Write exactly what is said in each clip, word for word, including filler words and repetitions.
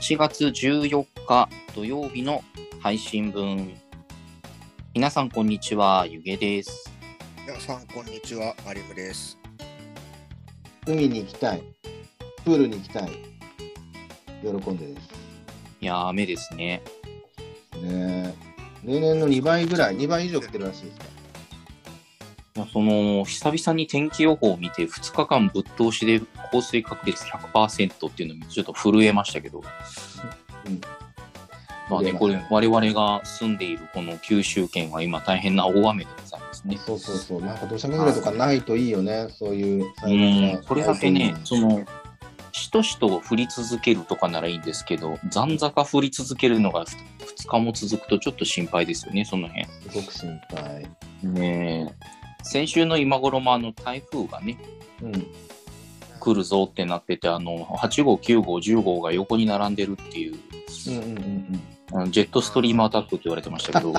ちがつじゅうよっか土曜日の配信分。皆さんこんにちは、ゆげです。 皆さんこんにちは、マリムです。 海に行きたい、プールに行きたい、喜んでです。 いやー、雨ですね。 ねえ、例年のにばいぐらい、にばい以上来てるらしいですか。 その久々に天気予報を見てふつかかんぶっ通しで降水確率 ひゃくパーセント っていうのにちょっと震えましたけど、うん、まあね、これ我々が住んでいるこの九州圏は今大変な大雨でございますね。 そうそうそう、なんか土砂崩れとかないといいよね、そういう。 うん、これだけね、そのしとしと降り続けるとかならいいんですけど、残坂降り続けるのがふつかも続くとちょっと心配ですよね、その辺。 すごく心配。 ねえ。先週の今頃もあの台風がね、うん、来るぞってなってて、あのはち号、きゅう号、じゅう号が横に並んでるっていう、うんうんうんうん、あのジェットストリームアタックって言われてましたけど、はい、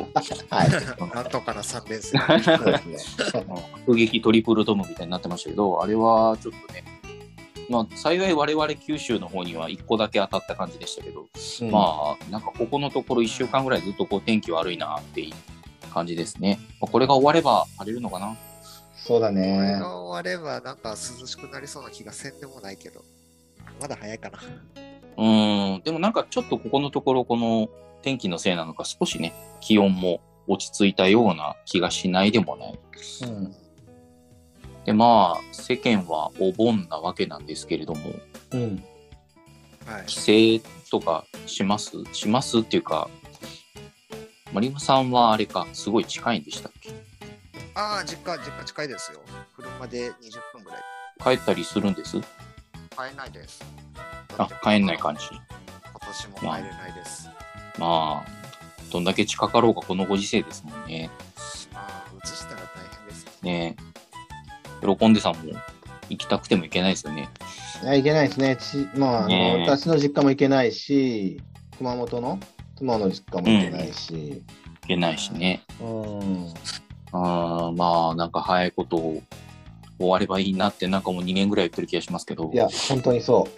なんとかなさん連戦迫撃トリプルドームみたいになってましたけど、あれはちょっとね、まあ、幸い我々九州の方にはいっこだけ当たった感じでしたけど、うん、まあなんかここのところいっしゅうかんぐらいずっとこう天気悪いなって感じですね。これが終われば晴れるのかな。 そうだね。 これが終わればなんか涼しくなりそうな気がせんでもないけど、まだ早いかな。 うーん、でもなんかちょっとここのところこの天気のせいなのか少しね、気温も落ち着いたような気がしないでもない。うん、でまあ世間はお盆なわけなんですけれども、うん、はい、帰省とかしますしますっていうか、マリムさんはあれか、すごい近いんでしたっけ？ ああ、実家、実家近いですよ。車でにじゅっぷんぐらい。 帰ったりするんです？ 帰んないです。 あ、帰んない感じ。 今年も帰れないです。 まあ、まあ、どんだけ近かろうがこのご時世ですもんね。 ああ、移したら大変ですね。喜んでさんも行きたくても行けないですよね。 いや、行けないですね。ちまあ、あの、私の実家も行けないし、熊本の妻の実家も行けないし、うん、行けないしね。 うん。 あまあなんか早いこと終わればいいなってなんかもうにねんぐらい言ってる気がしますけど。 いや本当にそう、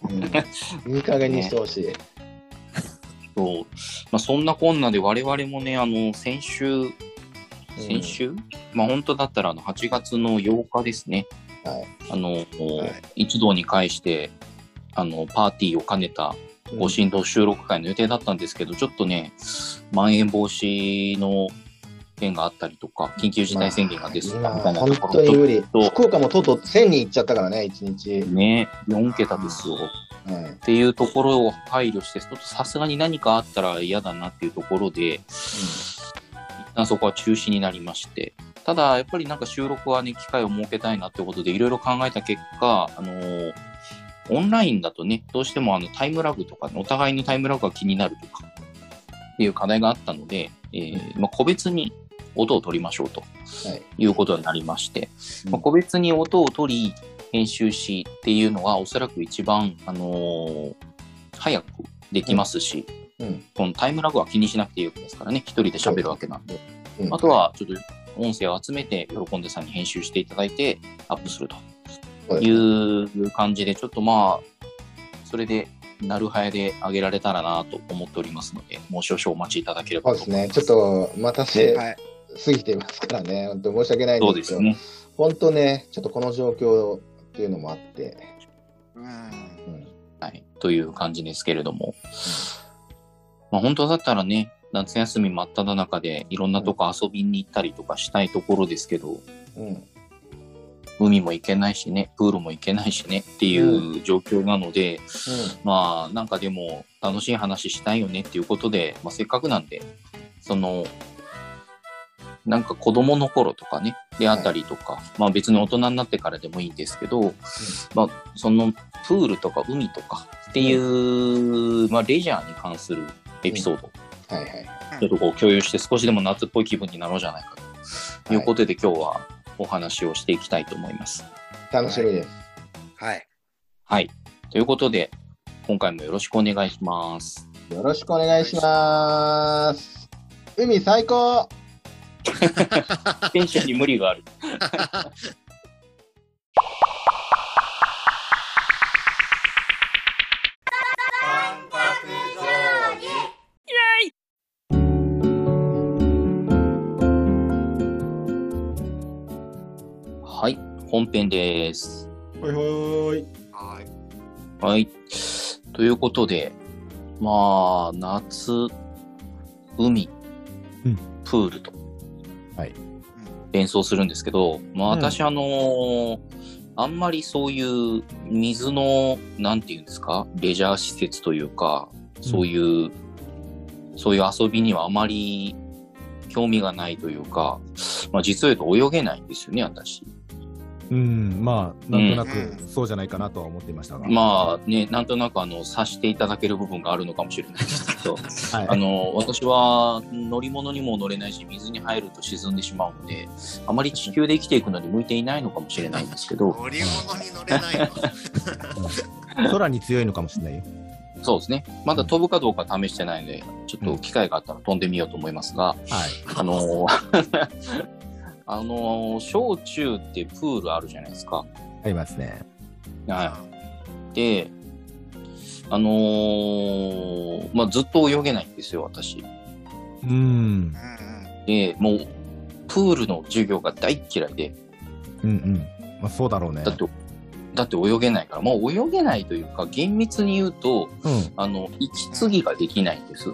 うん、いい加減にしてほしい、ね、 そう、まあ、そんなこんなで我々もね、あの先週先週、うん、まあ本当だったらあのはちがつのようかですね、はい、あの、はい、一堂に会してあのパーティーを兼ねたご神道収録会の予定だったんですけど、うん、ちょっとねまん延防止の件があったりとか、緊急事態宣言が出そうみたいなところ、 まあ、本当に無理。福岡もとうとうせんにんいっちゃったからね、いちにち。 ね、よんけたですよ。はい、っていうところを配慮して、ちょっとさすがに何かあったら嫌だなっていうところで、うん、一旦そこは中止になりまして、ただやっぱりなんか収録はね、機会を設けたいなってことで、いろいろ考えた結果、あのー、オンラインだとね、どうしてもあのタイムラグとか、ね、お互いのタイムラグが気になるとか、っていう課題があったので、えーまあ、個別に音を取りましょうということになりまして、はい、まあ、個別に音を取り編集しっていうのはおそらく一番、あのー、早くできますし、うんうん、このタイムラグは気にしなくていいわけですからね、一人で喋るわけなんで、うん、あとはちょっと音声を集めて喜んでさんに編集していただいてアップするという感じで、ちょっとまあそれでなるはやで上げられたらなと思っておりますので、もう少々お待ちいただければと思います。 そうですね、ちょっと待たせ、はい、過ぎていますからね、本当申し訳ないんですけど、ね、本当ね、ちょっとこの状況っていうのもあって、 うんうん、はい、という感じですけれども、うん、まあ、本当だったらね、夏休み真っ只中でいろんなとこ遊びに行ったりとかしたいところですけど、うん、海も行けないしね、プールも行けないしねっていう状況なので、うんうん、まあなんかでも楽しい話したいよねっていうことで、まあ、せっかくなんでそのなんか子供の頃とかねであったりとか、はい、まあ別に大人になってからでもいいんですけど、うん、まあそのプールとか海とかっていう、うん、まあレジャーに関するエピソード、うん、はいはい、ちょっとこう共有して少しでも夏っぽい気分になろうじゃないかということで、はい、今日はお話をしていきたいと思います。 楽しみです。 はい。 はい。ということで今回もよろしくお願いします。 よろしくお願いします。海最高。 テンションに無理がある。 乾杯。 本編です。 ほいほい。 はい。 はい。ということで、まあ、夏、海、うん、プールと、はい、連想するんですけど、まあ私、うん、あのー、あんまりそういう水の、なんていうんですか、レジャー施設というか、そういう、うん、そういう遊びにはあまり興味がないというか、まあ実を言うと泳げないんですよね、私。 うん、まあ、なんとなくそうじゃないかなとは思っていましたが。 うん、まあね、なんとなくあの、察していただける部分があるのかもしれないですけど、はい、あの、私は乗り物にも乗れないし、水に入ると沈んでしまうので、あまり地球で生きていくのに向いていないのかもしれないんですけど。 乗り物に乗れないの空に強いのかもしれないよ。 そうですね。まだ飛ぶかどうか試してないので、ちょっと機会があったら飛んでみようと思いますが、うん、はい、あのあのー、小中ってプールあるじゃないですか。 ありますね。 はい。で、あのー、まあ、ずっと泳げないんですよ、私。 うん。 で、もう、プールの授業が大嫌いで。 うんうん。まあ、そうだろうね。 だって、だって泳げないから、もう泳げないというか、厳密に言うと、うん、あの、息継ぎができないんです。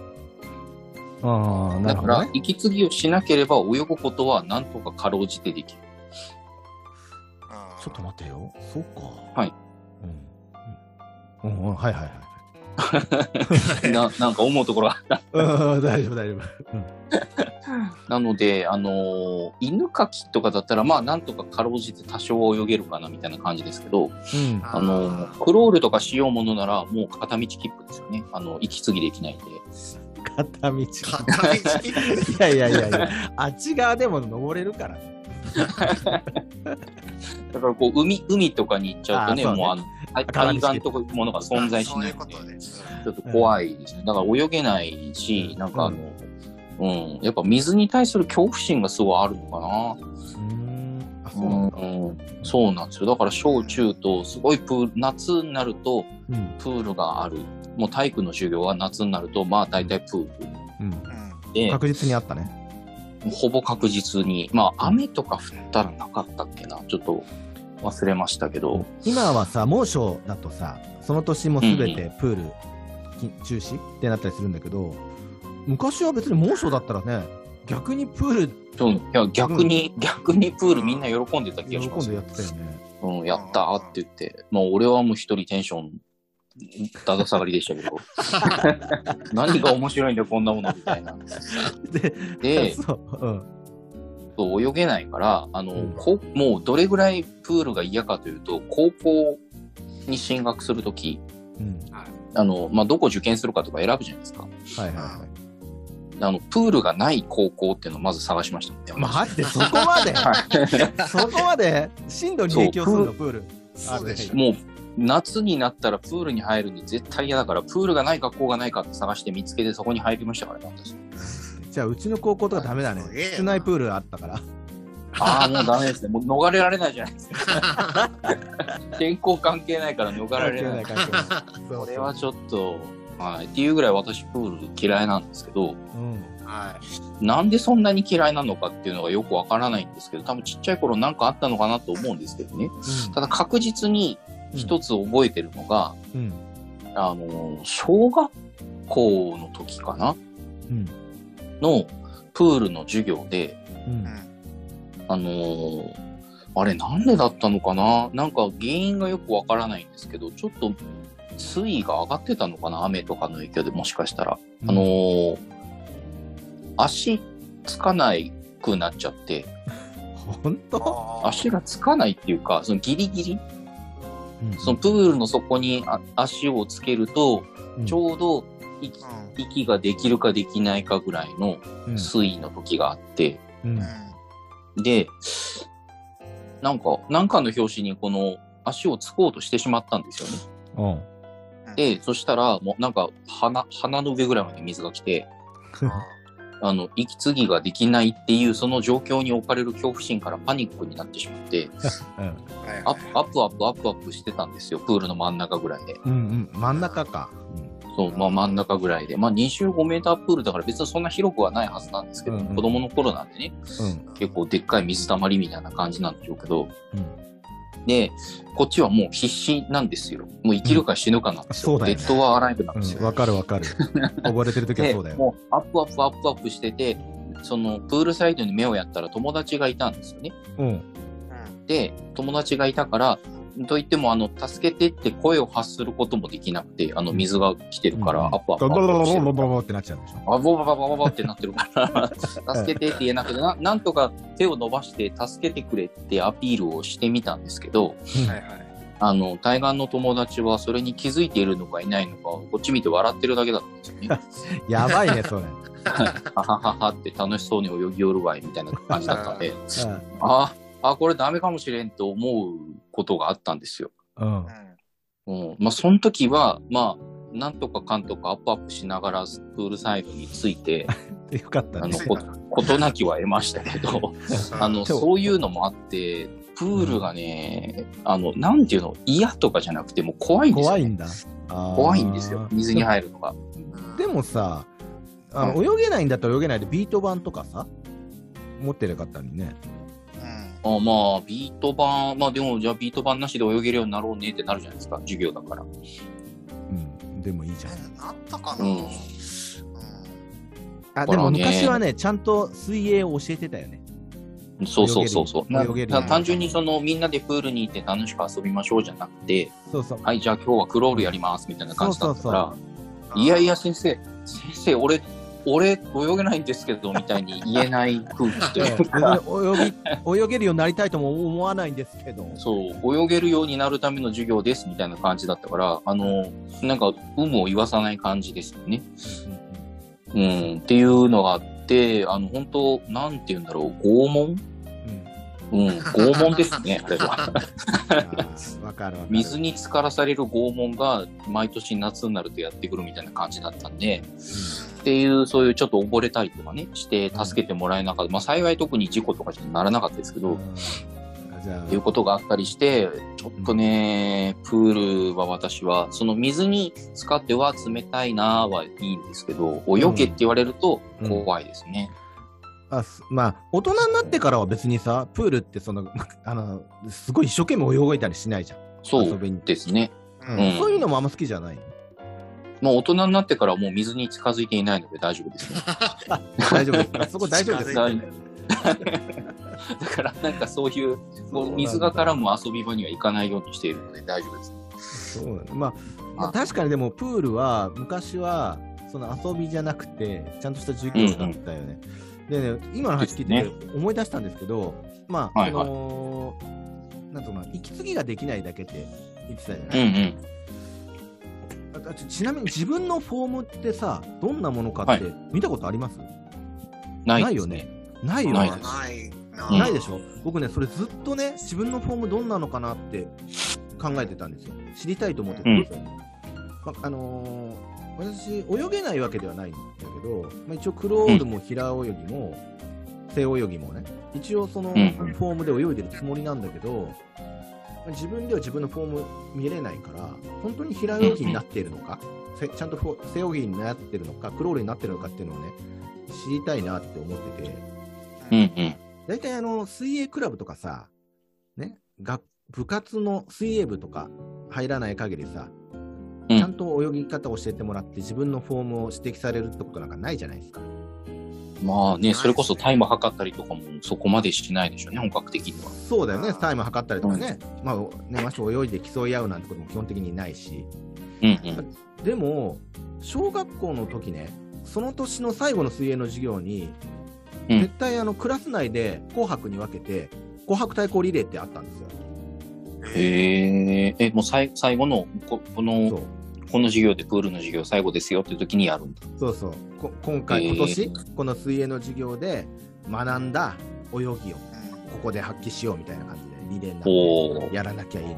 ああ、なるほどね。 だから、息継ぎをしなければ泳ぐことはなんとかかろうじてできる。 ちょっと待ってよ。そうか。 はい。 うん。うん、うん、はいはいはい。な, なんか思うところがあった。 うん、大丈夫大丈夫。うん、 なので、あのー、犬かきとかだったら、まあ、なんとかかろうじて多少泳げるかなみたいな感じですけど、うん、あのー、クロールとかしようものなら、もう片道切符ですよね。あの、息継ぎできないんで。 片道。 片道切符いやいやいやいや、あっち側でも登れるから。 だからこう海海とかに行っちゃうとね、うねもうあの海岸とかいうものが存在しないので、ちょっと怖いですね。だから泳げないし、なんかあの、うん、うん、やっぱ水に対する恐怖心がすごいあるのかな。 うんあそうなんだ、うんうん、そうなんですよ。だから小中とすごいプール、夏になるとプールがある。もう体育の授業は夏になるとまあ大体プール、 うん、で確実にあったね。 ほぼ確実に、まあ雨とか降ったらなかったっけな、ちょっと忘れましたけど。 今はさ、猛暑だとさ、その年もすべてプール、うんうん、中止ってなったりするんだけど、昔は別に猛暑だったらね、逆にプール、 そういや逆に、うん、逆にプールみんな喜んでた気がします。 喜んでやってたよね。 うん、やったーって言って、まあ俺はもう一人テンションだだ下がりでしたけど何が面白いんだよこんなものみたいな。で、でそう、うん、そう泳げないからあの、うん、こもうどれぐらいプールが嫌かというと、高校に進学するとき、うん、あのまあ、どこ受験するかとか選ぶじゃないですか。 はいはいはい。 あのプールがない高校っていうのをまず探しました。 待ってそこまでそこまで進路に影響するのプール。 そうでしょ。 もう夏になったらプールに入るに絶対嫌だから、プールがない学校がないかって探して見つけてそこに入りましたからね、私。 じゃあうちの高校とかダメだね。室内プールあったから。 ああ、もうダメですね。もう逃れられないじゃないですか。天候関係ないから逃れられない。これはちょっと、はい。っていうぐらい私プール嫌いなんですけど、うん、はい。なんでそんなに嫌いなのかっていうのがよくわからないんですけど、多分ちっちゃい頃なんかあったのかなと思うんですけどね。うん、ただ確実に一つ覚えてるのが、うん、あの、小学校の時かな、うん、のプールの授業で、うん、あのー、あれなんでだったのかな、なんか原因がよくわからないんですけど、ちょっと水位が上がってたのかな、雨とかの影響でもしかしたら。うん、あのー、足つかないくなっちゃって。 本当？ 足がつかないっていうか、そのギリギリ、うん、そのプールの底にあ足をつけると、うん、ちょうど息、息ができるかできないかぐらいの水位の時があって、うんうん、で、なんか、なんかの拍子にこの足をつこうとしてしまったんですよね。うん、で、そしたら、もうなんか鼻、鼻の上ぐらいまで水が来て、あの、息継ぎができないっていうその状況に置かれる恐怖心からパニックになってしまって、うん、アップアップアップアップアップしてたんですよ、プールの真ん中ぐらいで。 うんうん、真ん中か。 うん、 そう、まあ真ん中ぐらいで。まあにじゅうごメータープールだから別にそんな広くはないはずなんですけど、うんうん、子供の頃なんでね、うん、結構でっかい水たまりみたいな感じなんでしょうけど、うん、で、こっちはもう必死なんですよ。もう生きるか死ぬかなんですよ。うん、そうだよね、デッドはアライブなんですよ。 わ、うん、かるわかる。溺れてる時はそうだよ。 もうアップアップアップアップしてて、そのプールサイドに目をやったら友達がいたんですよね。うん、で、友達がいたから、といっても、あの、助けてって声を発することもできなくて、あの、水が来てるから、アップアップアップしてる。 ボボボボボってなっちゃうんでしょ。 あ、ボボボボボボってなってるから、助けてって言えなくてな、なんとか手を伸ばして助けてくれってアピールをしてみたんですけど、はいはい、あの、対岸の友達はそれに気づいているのかいないのか、こっち見て笑ってるだけだったんですよね。 やばいね、それ。 ははははって楽しそうに泳ぎおるわいみたいな感じだったんで、ああ、これダメかもしれんと思うことがあったんですよ。うんうん、まあその時はまあなんとかかんとかアップアップしながらプールサイドについてよかったね、 あのこ事なきは得ましたけどあのそういうのもあってプールがね、うん、あのなんていうの嫌とかじゃなくてもう怖いんですよ、ね、 怖いんだ。 怖いんですよ、水に入るのが。 でもさ、あの、うん、泳げないんだったら泳げないでビート板とかさ持ってる方にね。 うん、あまあビート板、まあでもじゃあビート板なしで泳げるようになろうねってなるじゃないですか、授業だから。 うん、でもいいじゃん。 なったかな。うん、うん、 あでも昔はねちゃんと水泳を教えてたよね。 そうそうそうそう。泳げる単純にそのみんなでプールに行って楽しく遊びましょうじゃなくて、そうそう、はいじゃあ今日はクロールやりますみたいな感じだったから、そうそうそう、いやいや先生先生俺俺泳げないんですけどみたいに言えない空気というか泳ぎ泳げるようになりたいとも思わないんですけど、 そう泳げるようになるための授業ですみたいな感じだったから、あのなんか有無を言わさない感じですよね、うん、うん、っていうのがあって、あの本当なんて言うんだろう、拷問、うん、拷問ですねあれはわかるわかる。 水に浸からされる拷問が毎年夏になるとやってくるみたいな感じだったんで、うんっていうそういうちょっと溺れたりとかねして助けてもらえなかった、うん、まあ幸い特に事故とかにならなかったですけど、うん、じゃあっていうことがあったりしてちょっとね、うん、プールは私はその水に浸かっては冷たいなはいいんですけど泳げって言われると怖いですね、 うんうん、あまあ大人になってからは別にさプールってそのあのすごい一生懸命泳いだりしないじゃん。 そうですね、 うんうん、そういうのもあんま好きじゃない。 もう大人になってからもう水に近づいていないので大丈夫ですね。 大丈夫です。そこ大丈夫です。だからなんかそういう水が絡む遊び場には行かないようにしているので大丈夫です。 そうなんだ。まあ、まあ、確かにでもプールは昔はその遊びじゃなくてちゃんとした授業だったよね。うんうん、でね今の話聞いて思い出したんですけど、まあ、はいはい、そのなんとか息継ぎができないだけって言ってたじゃない。うんうん、ちなみに自分のフォームってさどんなものかって見たことあります？はい、 ないないよね。ないよね。 ないないないでしょ。僕ねそれずっとね自分のフォームどんなのかなって考えてたんですよ。知りたいと思ってたんですよ、うんまあのー、私泳げないわけではないんだけど、まあ、一応クロールも平泳ぎも、うん、背泳ぎもね一応そのフォームで泳いでるつもりなんだけど、自分では自分のフォーム見れないから本当に平泳ぎになっているのか、うん、ちゃんと背泳ぎになっているのかクロールになっているのかっていうのをね知りたいなって思ってて、うんうん、だいたいあの水泳クラブとかさ、ね、が部活の水泳部とか入らない限りさ、うん、ちゃんと泳ぎ方を教えてもらって自分のフォームを指摘されるってことなんかないじゃないですか。 まあね、それこそタイム測ったりとかもそこまでしないでしょうね、本格的には。 そうだよね、タイム測ったりとかね、うん、まあね、まして泳いで競い合うなんてことも基本的にないし、うんうん、でも小学校の時ね、その年の最後の水泳の授業に、うん、絶対あのクラス内で紅白に分けて紅白対抗リレーってあったんですよ。 へえ、もうさい最後のここのこの授業でプールの授業最後ですよっていう時にやるんだ。 そうそう。こ今回今年この水泳の授業で学んだ泳ぎをここで発揮しようみたいな感じでリレーになってやらなきゃいいの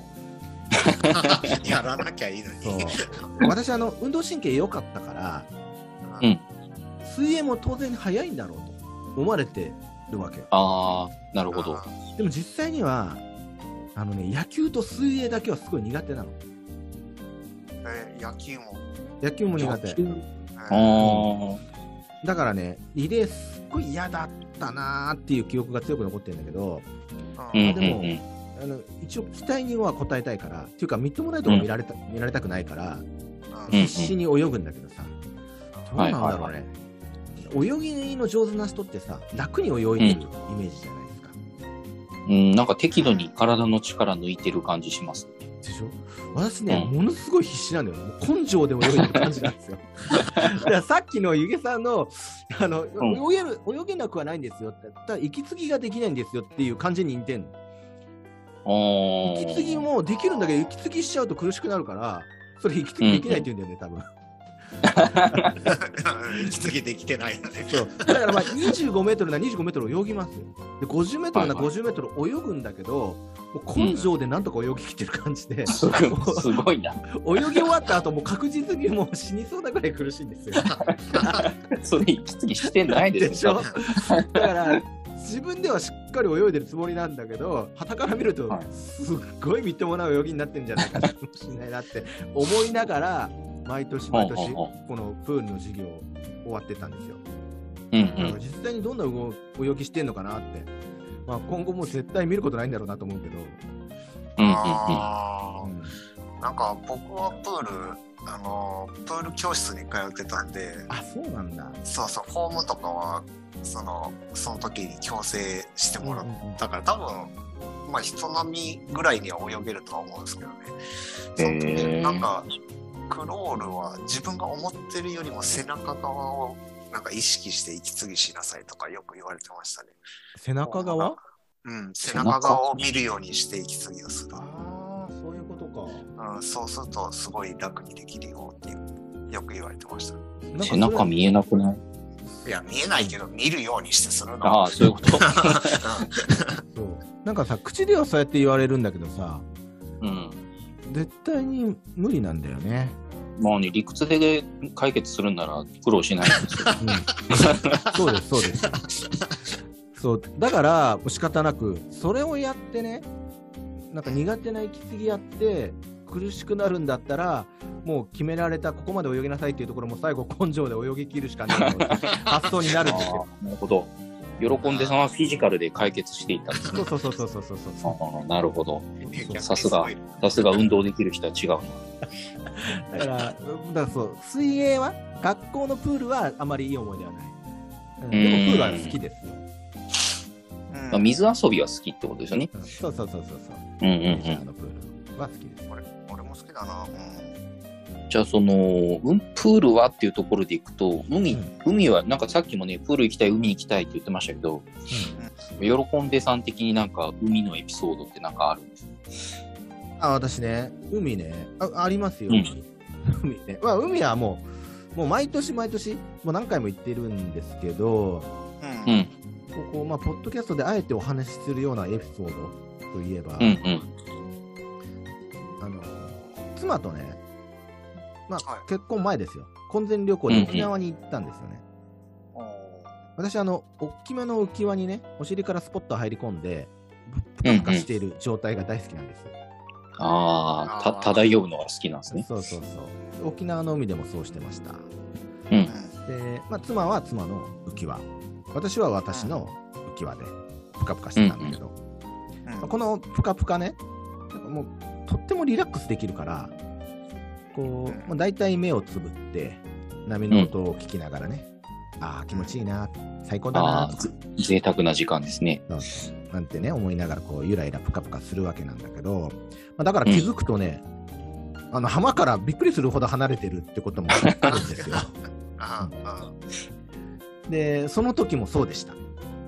に。やらなきゃいいのに。 そう私あの運動神経良かったから、うん、水泳も当然速いんだろうと思われてるわけよ。 ああ、なるほど。 でも実際にはあのね野球と水泳だけはすごい苦手なの。 えー、野野球も。 野球も苦手。 あだからね、リレーすっごい嫌だったなーっていう記憶が強く残ってるんだけど、 うんうんうん、 でも、あの一応期待には応えたいから、っていうかみっともないとこ見られた、うん、見られたくないから、うん、必死に泳ぐんだけどさ、どうなんだろうね、はいはいはい、泳ぎの上手な人ってさ、楽に泳いでるイメージじゃないですか。 うん、なんか適度に体の力抜いてる感じします。 でしょ？私ね、うん、ものすごい必死なんだよ。もう根性で泳いでる感じなんですよ。だからさっきのゆげさんの、あの、うん、泳げる、泳げなくはないんですよって、ただ息継ぎができないんですよっていう感じに似てんの。息継ぎもできるんだけど、息継ぎしちゃうと苦しくなるから、それ息継ぎできないって言うんだよね、多分。 息継ぎできてないよね。 そう。だからまあにじゅうごメートルならにじゅうごメートル泳ぎますよ。でごじゅうメートルならごじゅうメートル泳ぐんだけど、もう根性でなんとか泳ぎきってる感じで、うん、 すごいな。 泳ぎ終わった後もう確実にもう死にそうなぐらい苦しいんですよ。それ息継ぎしてないですよ。 でしょ。だから自分ではしっかり泳いでるつもりなんだけど、傍から見るとすっごいみっともない泳ぎになってるんじゃないかもしれないなって思いながら。毎年毎年このプールの授業終わってたんですよ。うんうん、だから実際にどんな泳ぎしてんのかなって、まあ、今後も絶対見ることないんだろうなと思うけど。 あ、うん、なんか僕はプールあのプール教室に通ってたんで。 あ、そうなんだ。 そうそう、フォームとかはそのその時に矯正してもらったから、多分まあ人並みぐらいには泳げるとは思うんですけどね。その時なんかクロールは自分が思ってるよりも背中側をなんか意識して息継ぎしなさいとかよく言われてましたね。 背中側？ うん、背中側を見るようにして息継ぎをする。 ああ、そういうことか。 うん、そうするとすごい楽にできるよってよく言われてました。 背中見えなくない？ いや、見えないけど見るようにしてするの。 ああ、そういうこと。そう。 なんかさ、口ではそうやって言われるんだけどさ、 うん。 絶対に無理なんだよね。 まあね、理屈で解決するんなら苦労しないんですよ。 うん、そうです、そうです。そう、だから仕方なくそれをやってね、なんか苦手な息継ぎやって苦しくなるんだったら、もう決められたここまで泳ぎなさいっていうところも最後根性で泳ぎ切るしかない発想になるんですよ。 なるほど。喜んでそのフィジカルで解決していったんですね。 そうそうそうそうそうそう。 なるほど。さすが、さすが運動できる人は違うな。 だから、だからそう、水泳は学校のプールはあまりいい思い出はない。うん、でもプールは好きですよ。 まあ、水遊びは好きってことですよね。 うん、そうそうそうそうそう。 うんうんうん。 メジャーのプールは好きです。 俺、俺も好きだな。うん、 じゃあその、うん、プールはっていうところでいくと、海、うん、海はなんかさっきもね、プール行きたい、海行きたいって言ってましたけど、うん、喜んでさん的になんか海のエピソードってなんかあるんですか？ あ、私ね、海ね、あ、ありますよ、海。うん、海ね。まあ、海はもう、もう毎年毎年、もう何回も行ってるんですけど、 うん。 ここ、まあ、ポッドキャストであえてお話しするようなエピソードといえば、 うんうん、 あの、妻とね、まあ、はい、結婚前ですよ。婚前旅行で沖縄に行ったんですよね。うんうん、私、あの、大きめの浮き輪にね、お尻からスポッと入り込んで、ぷかぷかしている状態が大好きなんです。うんうん、 ああ、た漂うのが好きなんですね。 そうそうそう。沖縄の海でもそうしてました。 うん。 で、まあ、妻は妻の浮き輪。私は私の浮き輪でぷかぷかしてたんだけど、うんうん、まあ、このぷかぷかね、なんかもうとってもリラックスできるから、こう、まあ、大体目をつぶって波の音を聞きながらね、うん、ああ気持ちいいな、最高だなとか、 贅沢な時間ですね。 そうそうなんてね思いながらこうゆらゆらぷかぷかするわけなんだけど、まあ、だから気づくとね、うん、あの浜からびっくりするほど離れてるってこともあるんですよ。ああでその時もそうでした。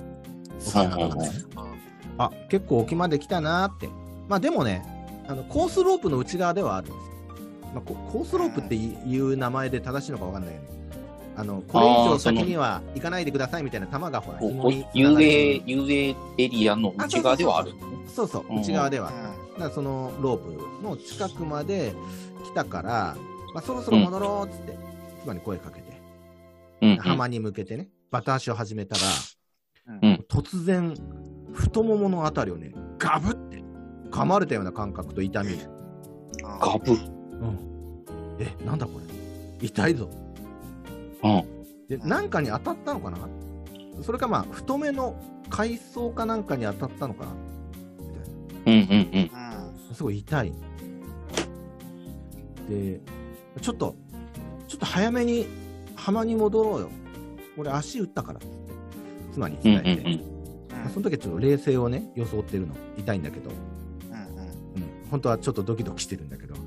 あ、結構沖まで来たなーって。まあでもね、あのコースロープの内側ではあるんですよ。まあ、コースロープっていう名前で正しいのかわかんないよね。あのこれ以上先には行かないでくださいみたいな玉がほら紐に遊泳遊泳エリアの内側ではある。 そうそう、内側では。だからそのロープの近くまで来たから、まあ、そろそろ戻ろうっつって妻に声かけて、うん、浜に向けてねバタ足を始めたら、うん、突然太もものあたりをねガブって噛まれたような感覚と痛み。 ガブ、 うん、 え、なんだこれ、痛いぞ。 うん。 で、なんかに当たったのかな。それかまあ太めの海藻かなんかに当たったのかな。 うんうんうん。 すごい痛い。で、ちょっとちょっと早めに浜に戻ろうよ。俺足打ったからって妻に伝えて、うんうんうん、まあ、その時はちょっと冷静をね装ってるの。痛いんだけど、うんうんうん、本当はちょっとドキドキしてるんだけど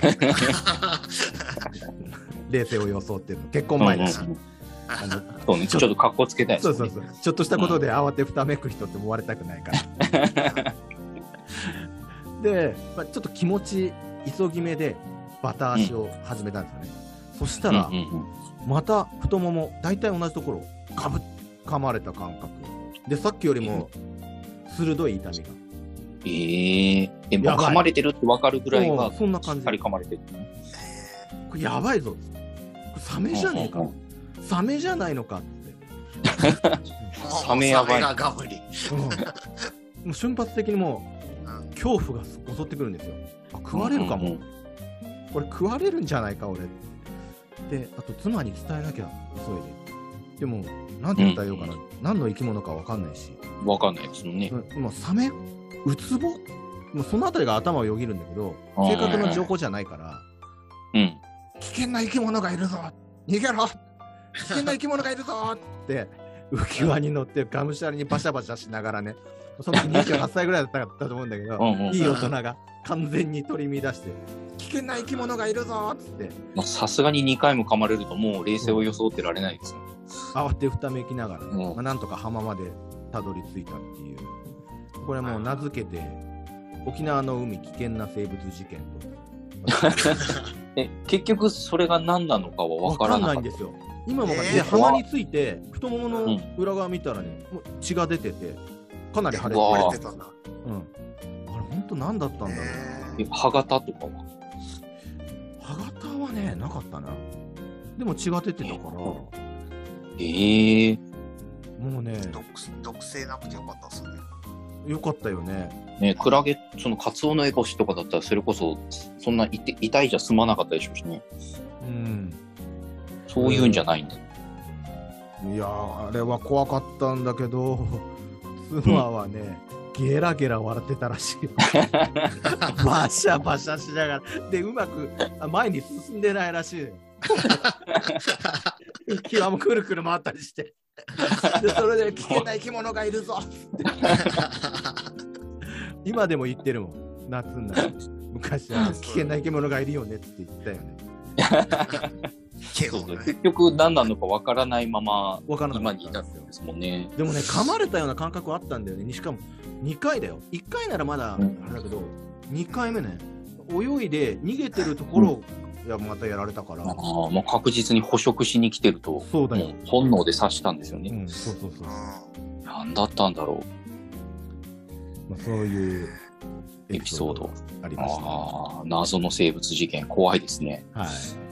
冷静を装ってるの。結婚前だし、うんうん、 あのそうね、ちょっと格好つけたいですね。 そうそうそう、ちょっとしたことで慌てふためく人って思われたくないからで、まあ、ちょっと気持ち急ぎ目でバタ足を始めたんですよね、うん、そしたら、うんうんうん、また太もも大体同じところかぶ噛まれた感覚で、さっきよりも鋭い痛みが、 えー、えもう噛まれてるって分かるぐらいはそんな感じ、 しっかり噛まれてる、 これやばいぞ、これサメじゃねえか、うんうん、サメじゃないのかってサメやばい、 サメがガブリ、 うん、もう瞬発的にもう恐怖が襲ってくるんですよ。あ、食われるかも、うんうんうん、これ食われるんじゃないか俺で、あと妻に伝えなきゃ急いで、でもなんて伝えようかな、うん、何の生き物か分かんないし、 分かんないですよね。 もうサメ、ウツボ、もうそのあたりが頭をよぎるんだけど、正確な情報じゃないから、 うん、 危険な生き物がいるぞ、逃げろ、危険な生き物がいるぞって浮き輪に乗ってがむしゃらにバシャバシャしながらね、その時にじゅうはっさいぐらいだったと思うんだけど、うんうん、いい大人が完全に取り乱して危険な生き物がいるぞっつって、 さすがににかいも噛まれるともう冷静を装ってられないですね、 うん、慌てふためきながら、ね、うん、まあ、なんとか浜までたどり着いたっていう、これもう名付けて沖縄の海危険な生物事件とえ、結局それが何なのかは分からなかった。分かんないんですよ今も、えー、浜について太ももの裏側見たらね、うん、血が出ててかなり腫れてたんだ、うん、あれ本当何だったんだろう、 えー、歯型とかは歯型はねなかったな。でも血が出てたから、 えー、 もうね毒, 毒性なくてよかったっすね。 よかったよね。 ね、クラゲ、そのカツオノエボシとかだったらそれこそそんな痛いじゃ済まなかったでしょうしね。うん。そういうんじゃないんだ。 うん、いやあれは怖かったんだけど、妻はね、うん、ゲラゲラ笑ってたらしい。バシャバシャしながらでうまく前に進んでないらしい。浮輪もくるくる回ったりして。でそれで危険な生き物がいるぞって今でも言ってるもん、夏になる。昔は危険な生き物がいるよねって言ったよね。 そう結局何なのか分からないまま今に至るんですもんね。 でもね、噛まれたような感覚はあったんだよね。しかもにかいだよ。いっかいならまだあれだけど、うん、にかいめね、泳いで逃げてるところを、うんいやまたやられたから、あもう確実に捕食しに来てると、 そうだよ、 本能で刺したんですよね、 うん、そうそうそう、 何だったんだろう、まあ、そういうエピソードありました、ね、 あ謎の生物事件怖いですね。 はい。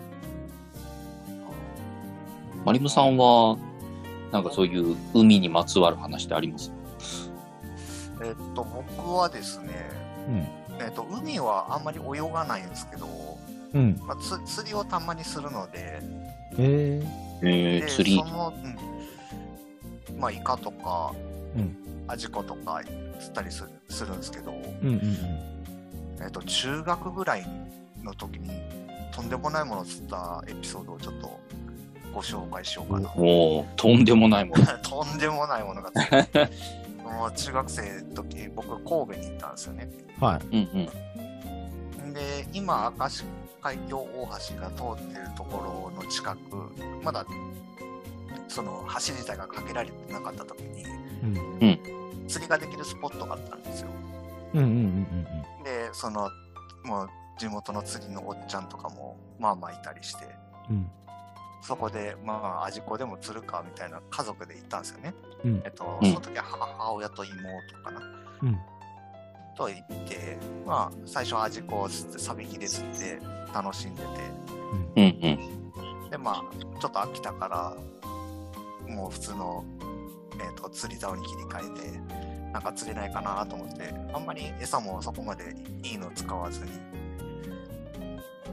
マリムさんはなんかそういう海にまつわる話ってあります？ えっと僕はですね、うん、えっと海はあんまり泳がないんですけど、うんまあ、つ釣りをたまにするので、 えー、えー、釣りその、うん、まあイカとか、うん、アジコとか釣ったりする、するんですけど、うんうんうん、えっと中学ぐらいの時にとんでもないものを釣ったエピソードをちょっとご紹介しようかな。 おー、とんでもないものとんでもないものが釣ってもう中学生の時僕神戸に行ったんですよね。 はい、 うんうん、で今明石海峡大橋が通ってるところの近く、まだその橋自体が架けられてなかった時に、うん、釣りができるスポットがあったんですよ。 うんうんうんうん、 でそのもう地元の釣りのおっちゃんとかもまあまあいたりして、うん、そこでまあアジコでも釣るかみたいな家族で行ったんですよね。うん、えっと、その時は母親と妹かな、うんと言って、まあ、最初アジコを釣ってサビキで釣って楽しんでて、 うんうん、 でまあちょっと飽きたからもう普通の、えー、と釣り竿に切り替えてなんか釣れないかなと思って、あんまり餌もそこまでいいの使わずに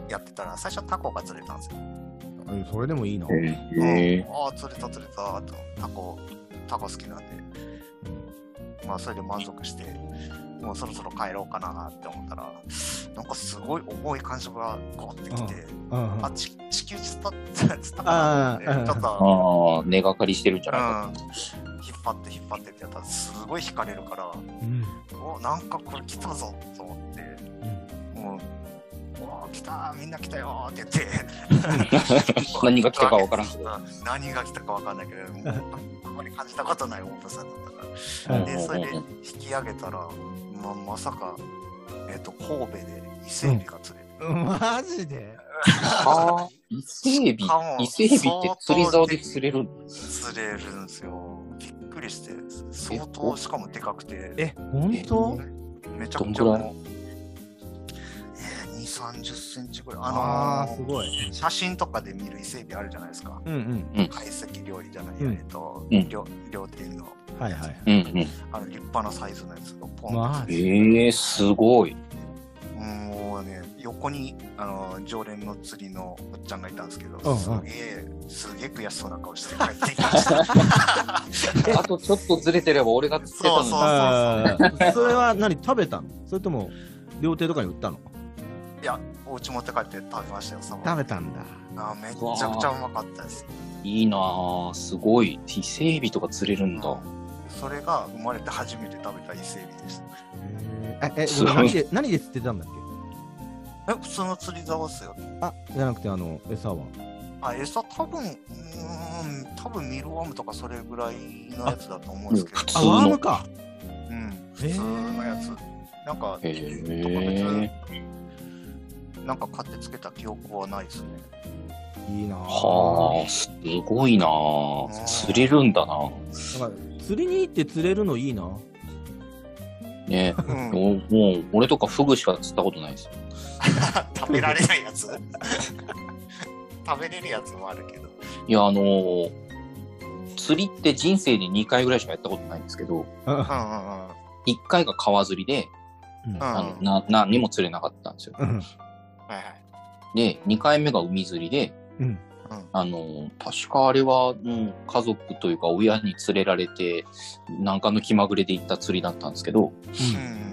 やってたら、最初タコが釣れたんですよ。 うん、それでもいいな。 へああ、釣れた釣れたと、タコ、タコ好きなんで、まあそれで満足して、もうそろそろ帰ろうかなって思ったら、なんかすごい重い感触がゴーってきて、あ、あち地球つったつったかなって、ちょっと、ああ、根がかりしてるんじゃないかと。 引っ張って引っ張ってってやったら、すごい引かれるから、うん、お、なんかこれ来たぞと思って、うん、もう、お来たみんな来たよって言って何が来たか分からんけど何が来たか分かんないけどもうあんまり感じたことない重さだったからでそれで引き上げたら、ま, まさか、えー、と神戸で伊勢海老が釣れて、 うん、マジではあ伊勢海老伊勢海老って釣り竿で釣れる釣れるんですよ。びっくりして相当しかもでかくてえ本当めちゃくちゃもうにじゅう、さんじゅっセンチぐらい。あのー、 あすごい写真とかで見る伊勢海老あるじゃないですか。 うんうん。 懐石料理じゃない、うん、えっと、うん、料亭の。 はいはい。 うんうん。 あの立派なサイズのやつがポンと。 まあ、えー、すごい。 もうね、横にあの常連の釣りのおっちゃんがいたんですけど、うんうん、すげえ、すげえ悔しそうな顔して帰ってきました。 あとちょっとずれてれば俺が釣ってたのに。 そうそうそうそう。 それは何食べたの？それとも料亭とかに売ったの？ いや、お家持って帰って食べましたよ。 食べたんだ。 あ、めちゃくちゃうまかったです。 いいなぁ、すごい。伊勢海老とか釣れるんだ。うん、 それが生まれて初めて食べた伊勢海老でした。 ええ、え何で何で釣ってたんだっけ？え、普通の釣り竿っすよ。 あ、じゃなくてあの餌は？ あ、餌多分、うーん、多分ミルワームとかそれぐらいのやつだと思うんですけど。 あ、ワームか。 うん、普通のやつ。なんか、 へー、 なんか買ってつけた記憶はないですね。 いいなぁ。 はあ、すごいなぁ。釣れるんだな。 なんか釣りに行って釣れるのいいな。 ね、うん、もう、もう俺とかフグしか釣ったことないですよ。 食べられないやつ食べれるやつもあるけど。 いや、あのー、釣りって人生でにかいぐらいしかやったことないんですけど、いっかいが川釣りで、うん、あのな何にも釣れなかったんですよ。はいはい、でにかいめが海釣りで、うん、あの確かあれは、うん、家族というか親に連れられて何かの気まぐれで行った釣りだったんですけど、うん、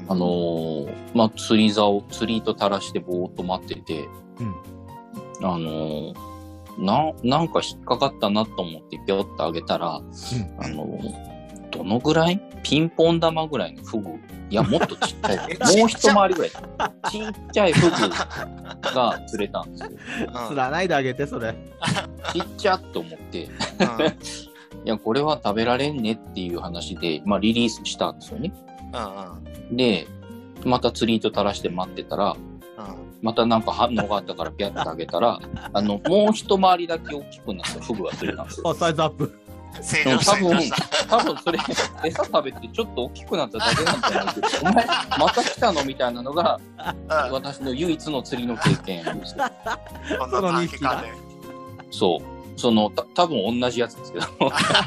あのー、まあ釣り竿釣り糸垂らしてぼーっと待ってて、うん、あのー、な, なんか引っかかったなと思ってピョッと上げたら、うん、あのーどのぐらいピンポン玉ぐらいのフグ、いやもっとちっちゃいもう一回りぐらいちっちゃいフグが釣れたんですよ。 釣らないであげてそれちっちゃっと思って、うん、いやこれは食べられんねっていう話で、まあ、リリースしたんですよね。うんうん、でまた釣り糸垂らして待ってたら、うん、またなんか反応があったからピャッとあげたらあのもう一回りだけ大きくなったフグが釣れたんですよ。 あ、サイズアップ。 成長多分、多分それ、餌食べてちょっと大きくなっただけなんじゃないけど、お前、また来たのみたいなのが、私の唯一の釣りの経験です。 そのにひきがそう。その、た多分同じやつですけど。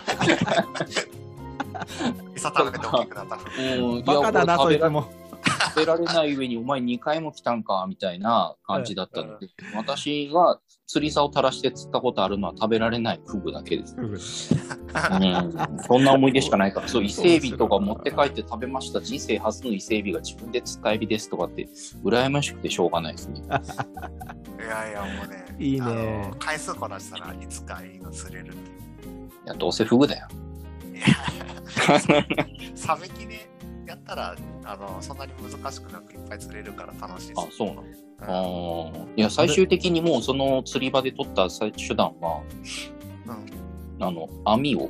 餌食べて大きくなった。 うん、 バカだな、そいつも。 食べられない上にお前にかいも来たんかみたいな感じだったので、うん、私が釣り竿を垂らして釣ったことあるのは食べられないフグだけです、うん、そんな思い出しかないから。そう、伊勢海老とか持って帰って食べました。人生初の伊勢海老が自分で釣ったエビですとかって羨ましくてしょうがないですね。 いやいやもうね、 いいね、 回数こなしたらいつかいいの釣れるっていう。いやどうせフグだよ。 いやサメキねやったらあのそんなに難しくなくいっぱい釣れるから楽しいです。 あ、そうなの。うん、あいや最終的にもうその釣り場で取った手段は、うん、あの網を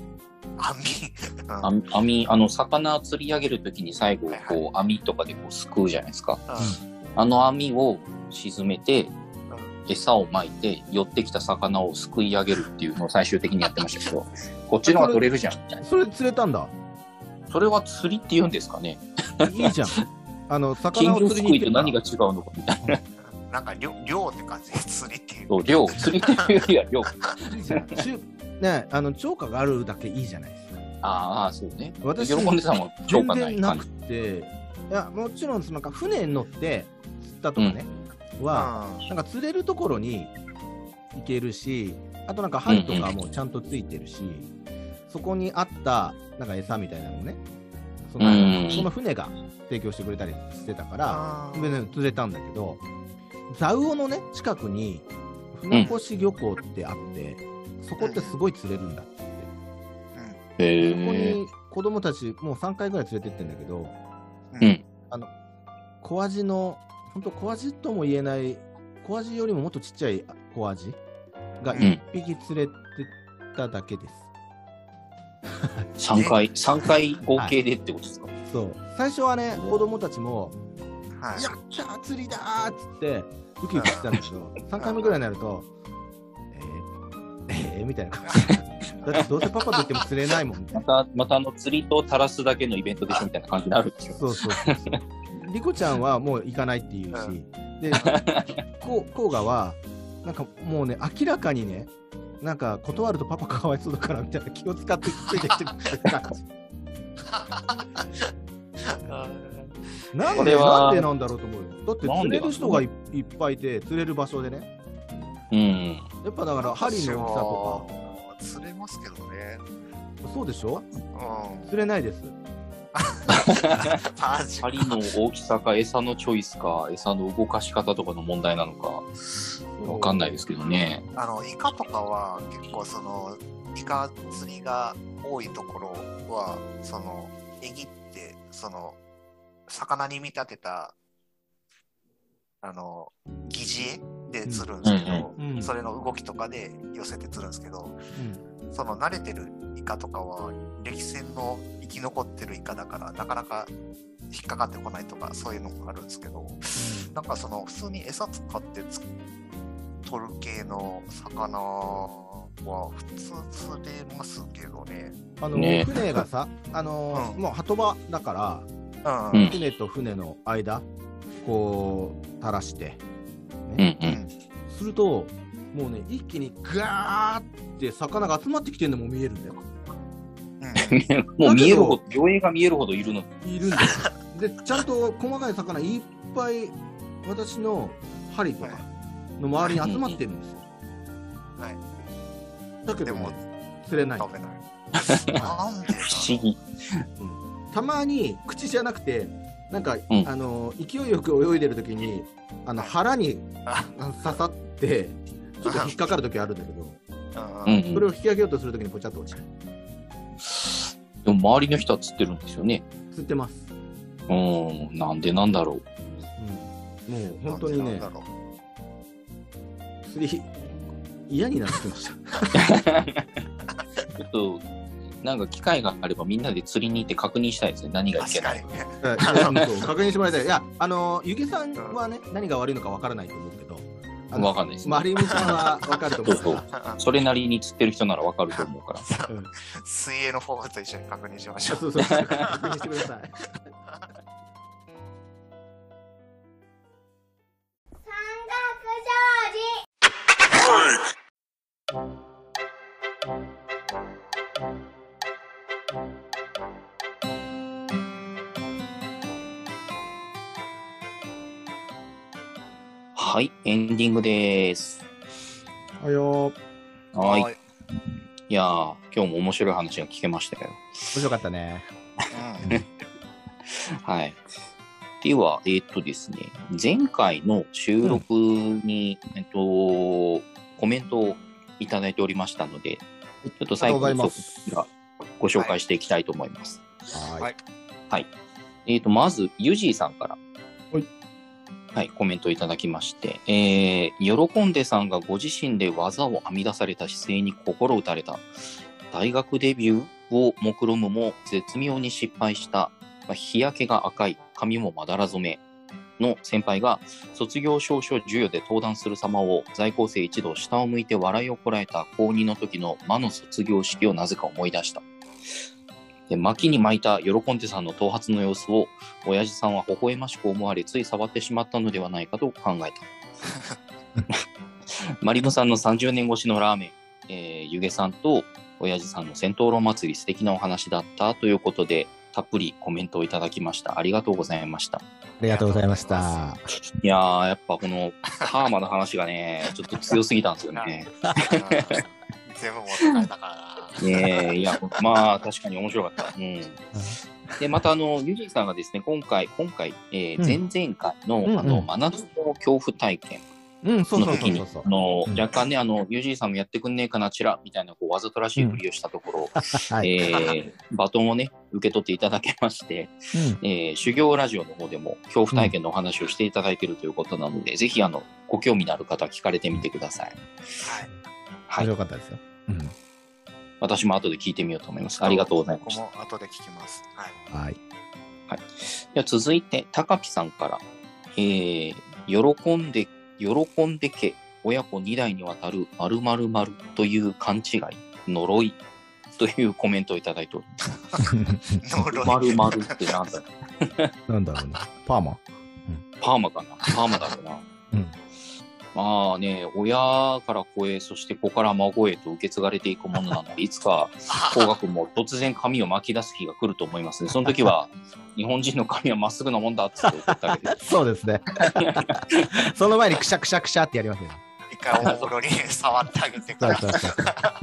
網、 うん、網あの魚釣り上げるときに最後こう、はいはい、網とかでこうすくうじゃないですか、うん、あの網を沈めて、うん、餌をまいて寄ってきた魚をすくい上げるっていうのを最終的にやってましたけどこっちの方が取れるじゃんみたいな。 それ釣れたんだ。 それは釣りって言うんですかね。 いいじゃん。あの魚を釣りに行って何が違うのかみたいな。 なんか漁漁って感じで釣りっていう。 そう漁釣りっていうよりは漁。 ねあの釣果があるだけいいじゃないですか。 ああそうね。 私喜んでたもん釣果ない全然なくて、いやもちろんそのなんか船に乗って釣ったとかね、 は、なんか釣れるところに行けるし、あとなんか針とかもちゃんとついてるし、うんうん、そこにあったなんか餌みたいなのね、その、うん、その船が提供してくれたりしてたから、釣れたんだけど、蔵魚のね近くに船越漁港ってあって、うん、そこってすごい釣れるんだって、うん、そこに子供たちもうさんかいぐらい連れてってんだけど、うん、あの小アジの本当小アジとも言えない小アジよりももっとちっちゃい小アジがいっぴき釣れてただけです、 うん、さんかいさんかい合計でってことですか？はい、 そう最初はね子供たちも、はい、やったー釣りだーっつってウキウキしてたんだけどさんかいめぐらいになるとえー、えー、みたいな感じだってどうせパパと言っても釣れないもんみたいなまたまたあの釣りと垂らすだけのイベントでしょみたいな感じになるでしょ。 そうそうそうそうリコちゃんはもう行かないって言うし、でこう、こうがはなんかもうね明らかにねなんか断るとパパかわいそうだからみたいな気を使ってついてきてくれる感じなんでなんでなんだろうと思うよ。だって釣れる人が い, いっぱいいて釣れる場所でね、うん、やっぱだから針の大きさとか釣れますけどね。 そうでしょ、うん、釣れないです針の大きさか餌のチョイスか餌の動かし方とかの問題なのかわかんないですけどね。 あのイカとかは結構そのイカ釣りが多いところはそのえぎってその魚に見立てたあの疑似絵で釣るんですけど、うんうん、それの動きとかで寄せて釣るんですけど、うん、その慣れてるイカとかは歴戦の生き残ってるイカだからなかなか引っかかってこないとかそういうのがあるんですけど、うん、なんかその普通に餌使ってつ取る系の魚は普通釣れますけどね。 あの、ね、船がさあのーうん、もう波止場だから、うん、船と船の間こう垂らして、ねうんうん、するともうね一気にガーって魚が集まってきてるのも見えるんだよ、 うん、もう見えるほど魚影が見えるほどいるのいるんだよでちゃんと細かい魚いっぱい私の針とかの周りに集まってるんですよ、はい、だけども釣れない。 食べないなんで不思議、 うん、たまに口じゃなくてなんか、うん、あの勢いよく泳いでる時にあの腹に刺さってちょっと引っかかる時あるんだけどそれを引き上げようとする時にポチャッと落ちる。 でも周りの人は釣ってるんですよね。 釣ってます。 うんなんでなんだろう、 うん、もう本当にね釣り嫌になってきましたちょっとなんか機会があればみんなで釣りに行って確認したいですね。何がいけないか確認してもらいたい。いやあのゆげさんはね、うん、何が悪いのかわからないと思うけどわかんないですね。 マリムさんはわかると思うそうそうそれなりに釣ってる人ならわかると思うから、 うん、水泳のフォームと一緒に確認しましょう。 そうそうそう確認してくださいはい、エンディングです。 はいよー。はい。はいいやー、今日も面白い話が聞けましたよ。 面白かったね。 はい。では、えー、っとですね、前回の収録に、うん、えっと、コメントをいただいておりましたので、ちょっと最後にご紹介していきたいと思います。 はい。 はい。えー、っと、まず、ユジーさんから。 はい。 はい、コメントいただきまして、えー、喜んでさんがご自身で技を編み出された姿勢に心打たれた。大学デビューを目論むも絶妙に失敗した、まあ、日焼けが赤い、髪もまだら染めの先輩が卒業証書授与で登壇する様を在校生一同下を向いて笑いをこらえた高にの時の魔の卒業式をなぜか思い出した。で巻きに巻いた喜んでさんの頭髪の様子を親父さんは微笑ましく思われつい触ってしまったのではないかと考えたマリムさんのさんじゅうねん越しのラーメン、えー、ゆげさんと親父さんの戦闘論祭り素敵なお話だったということでたっぷりコメントをいただきました。ありがとうございました。 ありがとうございました。 いやー、やっぱこのパーマの話がね、ちょっと強すぎたんですよね。 全部持って帰ったからな。ねえ、いや、まあ確かに面白かった。うん。で、またあの、ユージーさんがですね、今回、今回、えー、前々回の、うん、あの、真夏の恐怖体験。の時に、若干ね、あの、ユージーさんもやってくんねえかな、ちら、みたいな、こう、わざとらしいふりをしたところ、うんはい、えー、バトンをね、受け取っていただけまして、うんえー、修行ラジオの方でも、恐怖体験のお話をしていただいているということなので、うん、ぜひ、あの、ご興味のある方は聞かれてみてください。はい。 はい。面白かったですよ。うん。 私も後で聞いてみようと思います。ありがとうございました。 僕も後で聞きます。はい。 はい。 はい。では続いて、高木さんから、えー、喜んで、喜んでけ、親子に代にわたる〇〇〇という勘違い、呪いというコメントをいただいております。〇〇ってなんだろうなんだろうね。パーマ、うん、 パーマかなパーマだろうな。うんまあね、親から子へ、そして子から孫へと受け継がれていくものなので、いつか工学も突然髪を巻き出す日が来ると思いますね。その時は、日本人の髪はまっすぐなもんだって怒ったけど。 そうですね。その前にくしゃくしゃくしゃってやりますよ。 一回お風呂に触ってあげてから。そうそうそう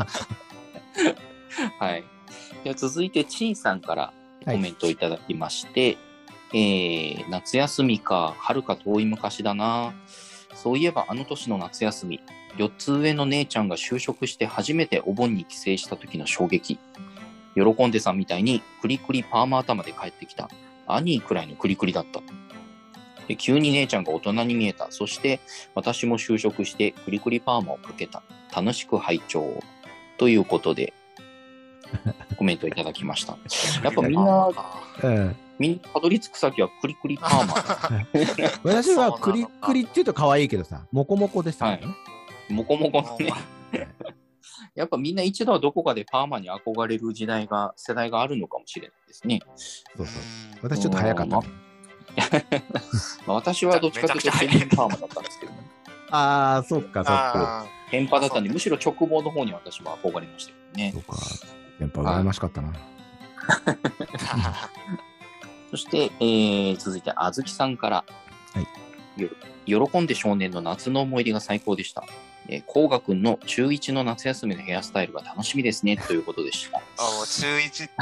はい。では続いて、ちーさんからコメントをいただきまして、はいえー、夏休みか、はるか遠い昔だな。そういえばあの年の夏休み、よっつ上の姉ちゃんが就職して初めてお盆に帰省した時の衝撃。喜んでさんみたいにクリクリパーマ頭で帰ってきた。兄くらいのクリクリだった。で急に姉ちゃんが大人に見えた。そして私も就職してクリクリパーマをかけた。楽しく拝聴ということでコメントいただきました。やっぱみんな、うんみんなたどり着く先はクリクリパーマ。 私はクリクリって言うと可愛いけどさ、モコモコですよね。はい、 モコモコのね。やっぱみんな一度はどこかでパーマに憧れる時代が、世代があるのかもしれないですね。 そうそう。私ちょっと早かった、ね。 まあ、私はどっちかというと天然パーマだったんですけどね。 ああ、そっか、そっか。 天パだったんで、むしろ直毛の方に私は憧れましたけどね。 そうか。天パ羨ましかったな。 そして、えー、続いて、あずきさんから、はい、喜んで少年の夏の思い出が最高でした。えー、こうがくんの中いちの夏休みのヘアスタイルが楽しみですね、ということでした。 あ、もう中いち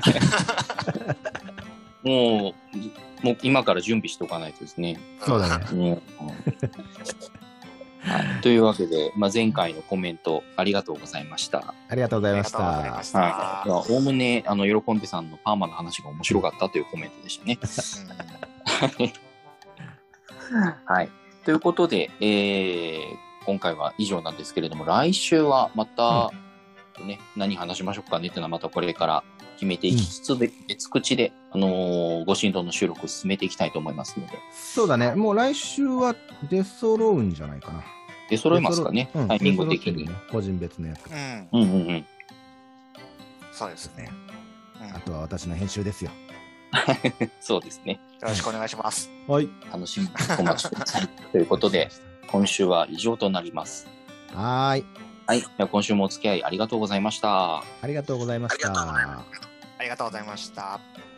もう、もう今から準備しておかないとですね。 そうだね。うんはい、というわけで、まあ、前回のコメントありがとうございました。 ありがとうございました。 おおむねあの喜んでさんのパーマの話が面白かったというコメントでしたね。はい。ということで、えー、今回は以上なんですけれども、来週はまた、うんね、何話しましょうかねっていうのはまたこれから決めていきつつ、うん、別口で、あのー、ご神道の収録を進めていきたいと思いますので。 そうだね。もう来週は出揃うんじゃないかな。 出揃いますかね、うん、タイミング的に。 ね、個人別のやつ。 うん。 うんうんうん。 そうですね。 うん、あとは私の編集ですよ。 そうですね。 よろしくお願いします。 はい。 楽しみにお待ちください。ということで、今週は以上となります。 はい。 はい。では今週もお付き合いありがとうございました。 ありがとうございました。 ありがとうございました。